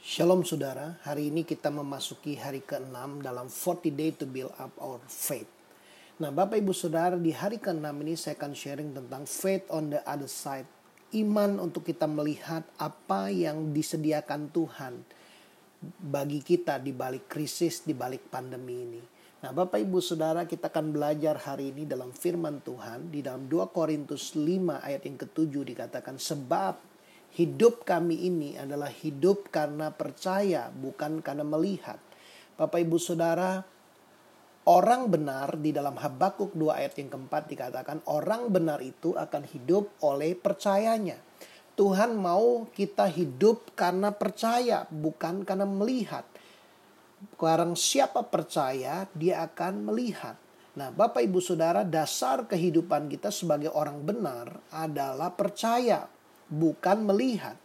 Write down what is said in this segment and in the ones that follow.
Shalom saudara, hari ini kita memasuki hari ke-6 dalam 40 day to build up our faith. Nah Bapak Ibu Saudara, di hari ke-6 ini saya akan sharing tentang faith on the other side. Iman untuk kita melihat apa yang disediakan Tuhan bagi kita di balik krisis, di balik pandemi ini. Nah Bapak Ibu Saudara, kita akan belajar hari ini dalam firman Tuhan. Di dalam 2 Korintus 5 ayat yang ke-7 dikatakan, sebab hidup kami ini adalah hidup karena percaya, bukan karena melihat. Bapak Ibu Saudara, orang benar di dalam Habakuk 2 ayat yang keempat dikatakan, orang benar itu akan hidup oleh percayanya. Tuhan mau kita hidup karena percaya, bukan karena melihat. Barang siapa percaya, dia akan melihat. Nah Bapak Ibu Saudara, dasar kehidupan kita sebagai orang benar adalah percaya, bukan melihat.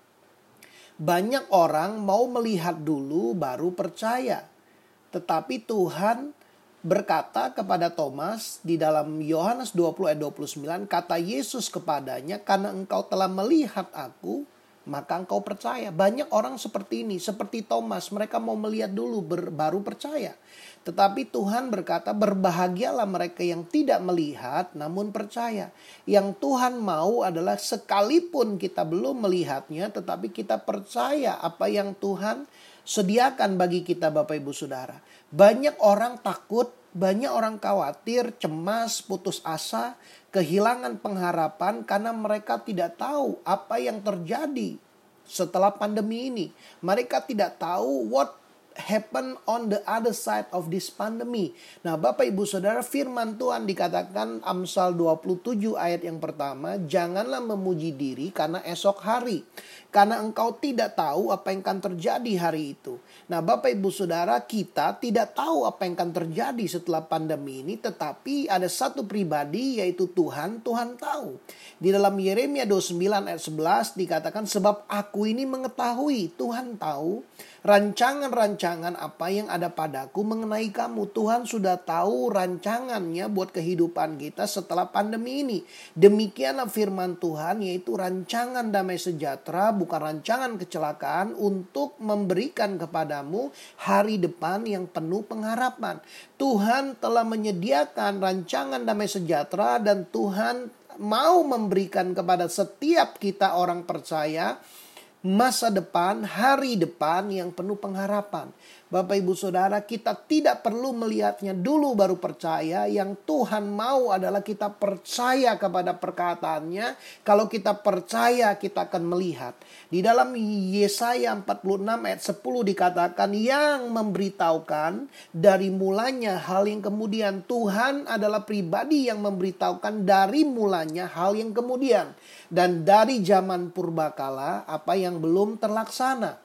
Banyak orang mau melihat dulu baru percaya. Tetapi Tuhan berkata kepada Thomas di dalam Yohanes 20 ayat 29, kata Yesus kepadanya, karena engkau telah melihat aku, maka engkau percaya. Banyak orang seperti ini, seperti Thomas, mereka mau melihat dulu baru percaya. Tetapi Tuhan berkata, berbahagialah mereka yang tidak melihat namun percaya. Yang Tuhan mau adalah sekalipun kita belum melihatnya, tetapi kita percaya apa yang Tuhan sediakan bagi kita Bapak Ibu Saudara. Banyak orang takut, banyak orang khawatir, cemas, putus asa, kehilangan pengharapan karena mereka tidak tahu apa yang terjadi setelah pandemi ini. Mereka tidak tahu what happen on the other side of this pandemic. Nah Bapak Ibu Saudara, firman Tuhan dikatakan Amsal 27 ayat yang pertama, janganlah memuji diri karena esok hari, karena engkau tidak tahu apa yang akan terjadi hari itu. Nah Bapak Ibu Saudara, kita tidak tahu apa yang akan terjadi setelah pandemi ini, tetapi ada satu pribadi yaitu Tuhan tahu. Di dalam Yeremia 29 ayat 11 dikatakan, sebab aku ini mengetahui, Tuhan tahu rancangan-rancangan apa yang ada padaku mengenai kamu. Tuhan sudah tahu rancangannya buat kehidupan kita setelah pandemi ini. Demikianlah firman Tuhan, yaitu rancangan damai sejahtera, bukan rancangan kecelakaan, untuk memberikan kepadamu hari depan yang penuh pengharapan. Tuhan telah menyediakan rancangan damai sejahtera, dan Tuhan mau memberikan kepada setiap kita orang percaya masa depan, hari depan yang penuh pengharapan. Bapak Ibu Saudara, kita tidak perlu melihatnya dulu baru percaya. Yang Tuhan mau adalah kita percaya kepada perkataannya. Kalau kita percaya, kita akan melihat. Di dalam Yesaya 46 ayat 10 dikatakan, yang memberitahukan dari mulanya hal yang kemudian. Tuhan adalah pribadi yang memberitahukan dari mulanya hal yang kemudian. Dan dari zaman purbakala apa yang belum terlaksana.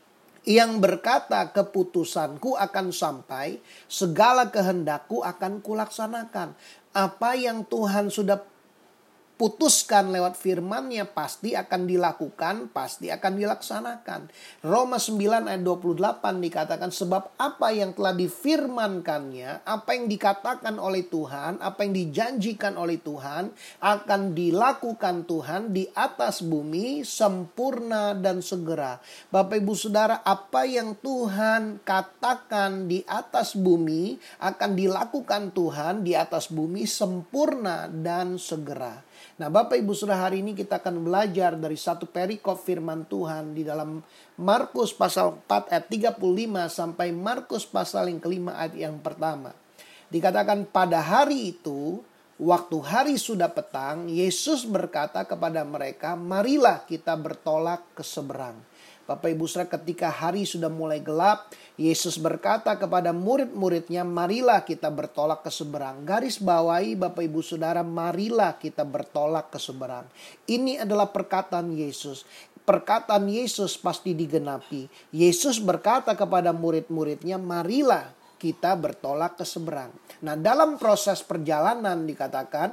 Yang berkata, keputusanku akan sampai, segala kehendakku akan kulaksanakan. Apa yang Tuhan sudah putuskan lewat firman-Nya pasti akan dilakukan, pasti akan dilaksanakan. Roma 9 ayat 28 dikatakan, sebab apa yang telah difirmankannya, apa yang dikatakan oleh Tuhan, apa yang dijanjikan oleh Tuhan, akan dilakukan Tuhan di atas bumi sempurna dan segera. Bapak Ibu Saudara, apa yang Tuhan katakan di atas bumi akan dilakukan Tuhan di atas bumi sempurna dan segera. Nah Bapak Ibu Saudara, hari ini kita akan belajar dari satu perikop firman Tuhan di dalam Markus pasal 4 ayat 35 sampai Markus pasal yang kelima ayat yang pertama. Dikatakan, pada hari itu, waktu hari sudah petang, Yesus berkata kepada mereka, marilah kita bertolak ke seberang. Bapak Ibu Saudara, ketika hari sudah mulai gelap, Yesus berkata kepada murid-muridnya, marilah kita bertolak ke seberang. Garis bawahi Bapak Ibu Saudara, marilah kita bertolak ke seberang. Ini adalah perkataan Yesus. Perkataan Yesus pasti digenapi. Yesus berkata kepada murid-muridnya, marilah kita bertolak ke seberang. Nah dalam proses perjalanan dikatakan,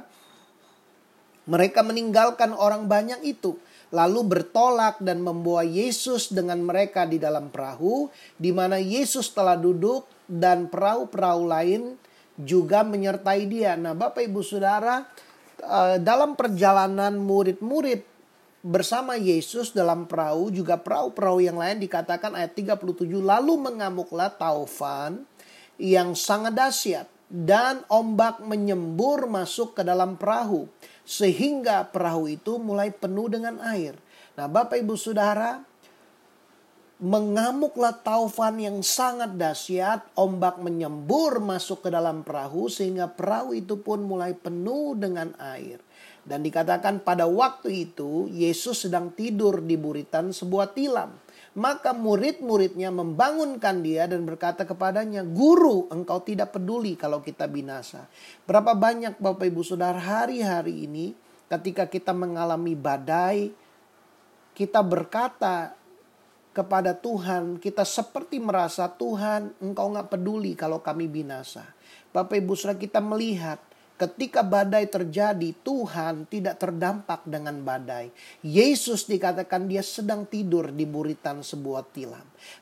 mereka meninggalkan orang banyak itu. Lalu bertolak dan membawa Yesus dengan mereka di dalam perahu, di mana Yesus telah duduk dan perahu-perahu lain juga menyertai dia. Nah Bapak Ibu Saudara, dalam perjalanan murid-murid bersama Yesus dalam perahu, juga perahu-perahu yang lain dikatakan ayat 37, lalu mengamuklah taufan yang sangat dahsyat dan ombak menyembur masuk ke dalam perahu sehingga perahu itu mulai penuh dengan air. Nah, Bapak Ibu Saudara, mengamuklah taufan yang sangat dahsyat, ombak menyembur masuk ke dalam perahu sehingga perahu itu pun mulai penuh dengan air. Dan dikatakan pada waktu itu Yesus sedang tidur di buritan sebuah tilam. Maka murid-muridnya membangunkan dia dan berkata kepadanya, "Guru, engkau tidak peduli kalau kita binasa." Berapa banyak Bapak Ibu Saudara hari-hari ini ketika kita mengalami badai, kita berkata kepada Tuhan, kita seperti merasa, Tuhan, engkau gak peduli kalau kami binasa. Bapak Ibu Saudara, kita melihat ketika badai terjadi, Tuhan tidak terdampak dengan badai. Yesus dikatakan dia sedang tidur di buritan sebuah tilam.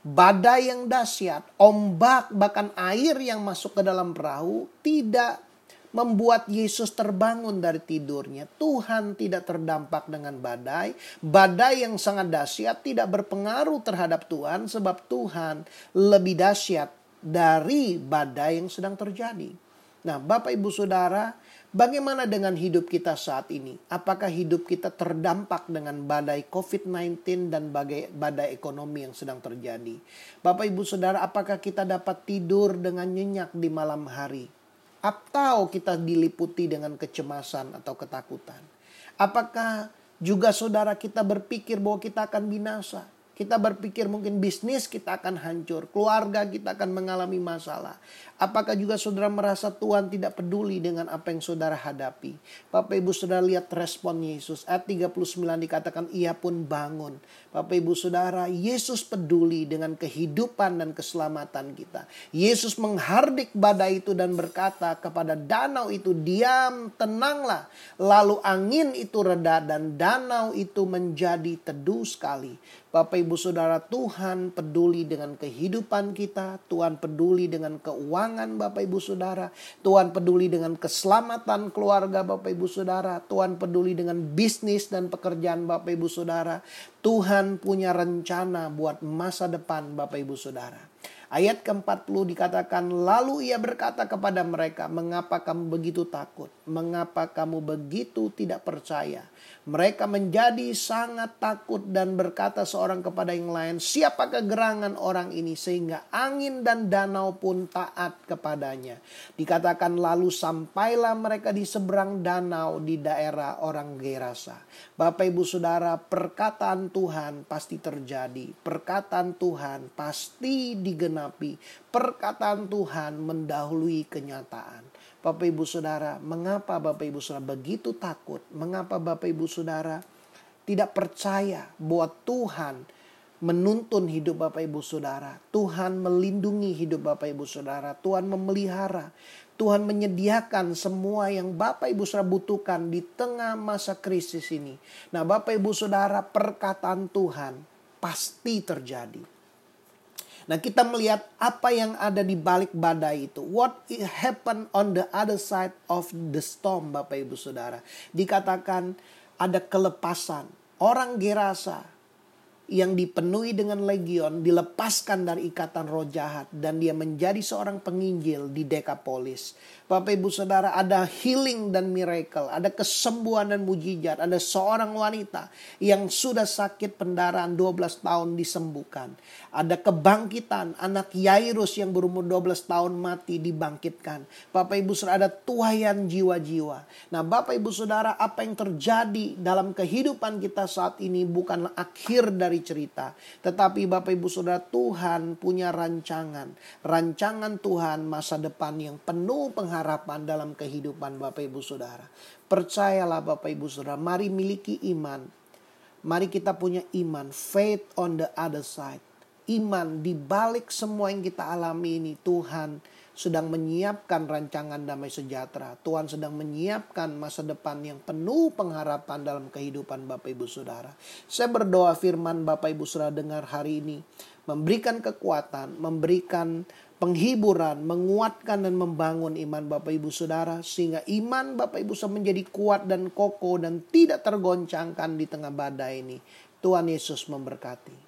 Badai yang dahsyat, ombak, bahkan air yang masuk ke dalam perahu tidak membuat Yesus terbangun dari tidurnya. Tuhan tidak terdampak dengan badai. Badai yang sangat dahsyat tidak berpengaruh terhadap Tuhan, sebab Tuhan lebih dahsyat dari badai yang sedang terjadi. Nah, Bapak Ibu Saudara, bagaimana dengan hidup kita saat ini? Apakah hidup kita terdampak dengan badai COVID-19 dan badai ekonomi yang sedang terjadi? Bapak Ibu Saudara, apakah kita dapat tidur dengan nyenyak di malam hari? Atau kita diliputi dengan kecemasan atau ketakutan? Apakah juga saudara kita berpikir bahwa kita akan binasa? Kita berpikir mungkin bisnis kita akan hancur, keluarga kita akan mengalami masalah. Apakah juga saudara merasa Tuhan tidak peduli dengan apa yang saudara hadapi? Bapak Ibu Saudara, lihat respon Yesus. Ayat 39 dikatakan ia pun bangun. Bapak Ibu Saudara, Yesus peduli dengan kehidupan dan keselamatan kita. Yesus menghardik badai itu dan berkata kepada danau itu, diam, tenanglah. Lalu angin itu reda dan danau itu menjadi teduh sekali. Bapak Ibu Saudara, Tuhan peduli dengan kehidupan kita. Tuhan peduli dengan keuangan Bapak Ibu Saudara. Tuhan peduli dengan keselamatan keluarga Bapak Ibu Saudara. Tuhan peduli dengan bisnis dan pekerjaan Bapak Ibu Saudara. Tuhan punya rencana buat masa depan Bapak Ibu Saudara. Ayat ke-40 dikatakan, lalu ia berkata kepada mereka, mengapa kamu begitu takut? Mengapa kamu begitu tidak percaya? Mereka menjadi sangat takut dan berkata seorang kepada yang lain, siapakah gerangan orang ini sehingga angin dan danau pun taat kepadanya? Dikatakan lalu sampailah mereka di seberang danau di daerah orang Gerasa. Bapak Ibu Saudara, perkataan Tuhan pasti terjadi. Perkataan Tuhan pasti digenapi. Perkataan Tuhan mendahului kenyataan. Bapak Ibu Saudara, mengapa Bapak Ibu Saudara begitu takut? Mengapa Bapak Ibu Saudara tidak percaya bahwa Tuhan menuntun hidup Bapak Ibu Saudara? Tuhan melindungi hidup Bapak Ibu Saudara. Tuhan memelihara. Tuhan menyediakan semua yang Bapak Ibu Saudara butuhkan di tengah masa krisis ini. Nah, Bapak Ibu Saudara, perkataan Tuhan pasti terjadi. Nah, kita melihat apa yang ada di balik badai itu. What happened on the other side of the storm, Bapak Ibu Saudara. Dikatakan ada kelepasan. Orang Gerasa yang dipenuhi dengan legion dilepaskan dari ikatan roh jahat. Dan dia menjadi seorang penginjil di Dekapolis. Bapak Ibu Saudara, ada healing dan miracle. Ada kesembuhan dan mujizat. Ada seorang wanita yang sudah sakit pendarahan 12 tahun disembuhkan. Ada kebangkitan, anak Yairus yang berumur 12 tahun mati dibangkitkan. Bapak Ibu Saudara, ada tuaian jiwa-jiwa. Nah, Bapak Ibu Saudara, apa yang terjadi dalam kehidupan kita saat ini bukanlah akhir dari cerita. Tetapi Bapak Ibu Saudara, Tuhan punya rancangan. Rancangan Tuhan masa depan yang penuh pengharapan dalam kehidupan Bapak Ibu Saudara. Percayalah Bapak Ibu Saudara, mari miliki iman. Mari kita punya iman, faith on the other side. Iman di balik semua yang kita alami ini, Tuhan sedang menyiapkan rancangan damai sejahtera. Tuhan sedang menyiapkan masa depan yang penuh pengharapan dalam kehidupan Bapak Ibu Saudara. Saya berdoa firman Bapak Ibu Saudara dengar hari ini memberikan kekuatan, memberikan penghiburan, menguatkan dan membangun iman Bapak Ibu Saudara. Sehingga iman Bapak Ibu Saudara menjadi kuat dan kokoh dan tidak tergoncangkan di tengah badai ini. Tuhan Yesus memberkati.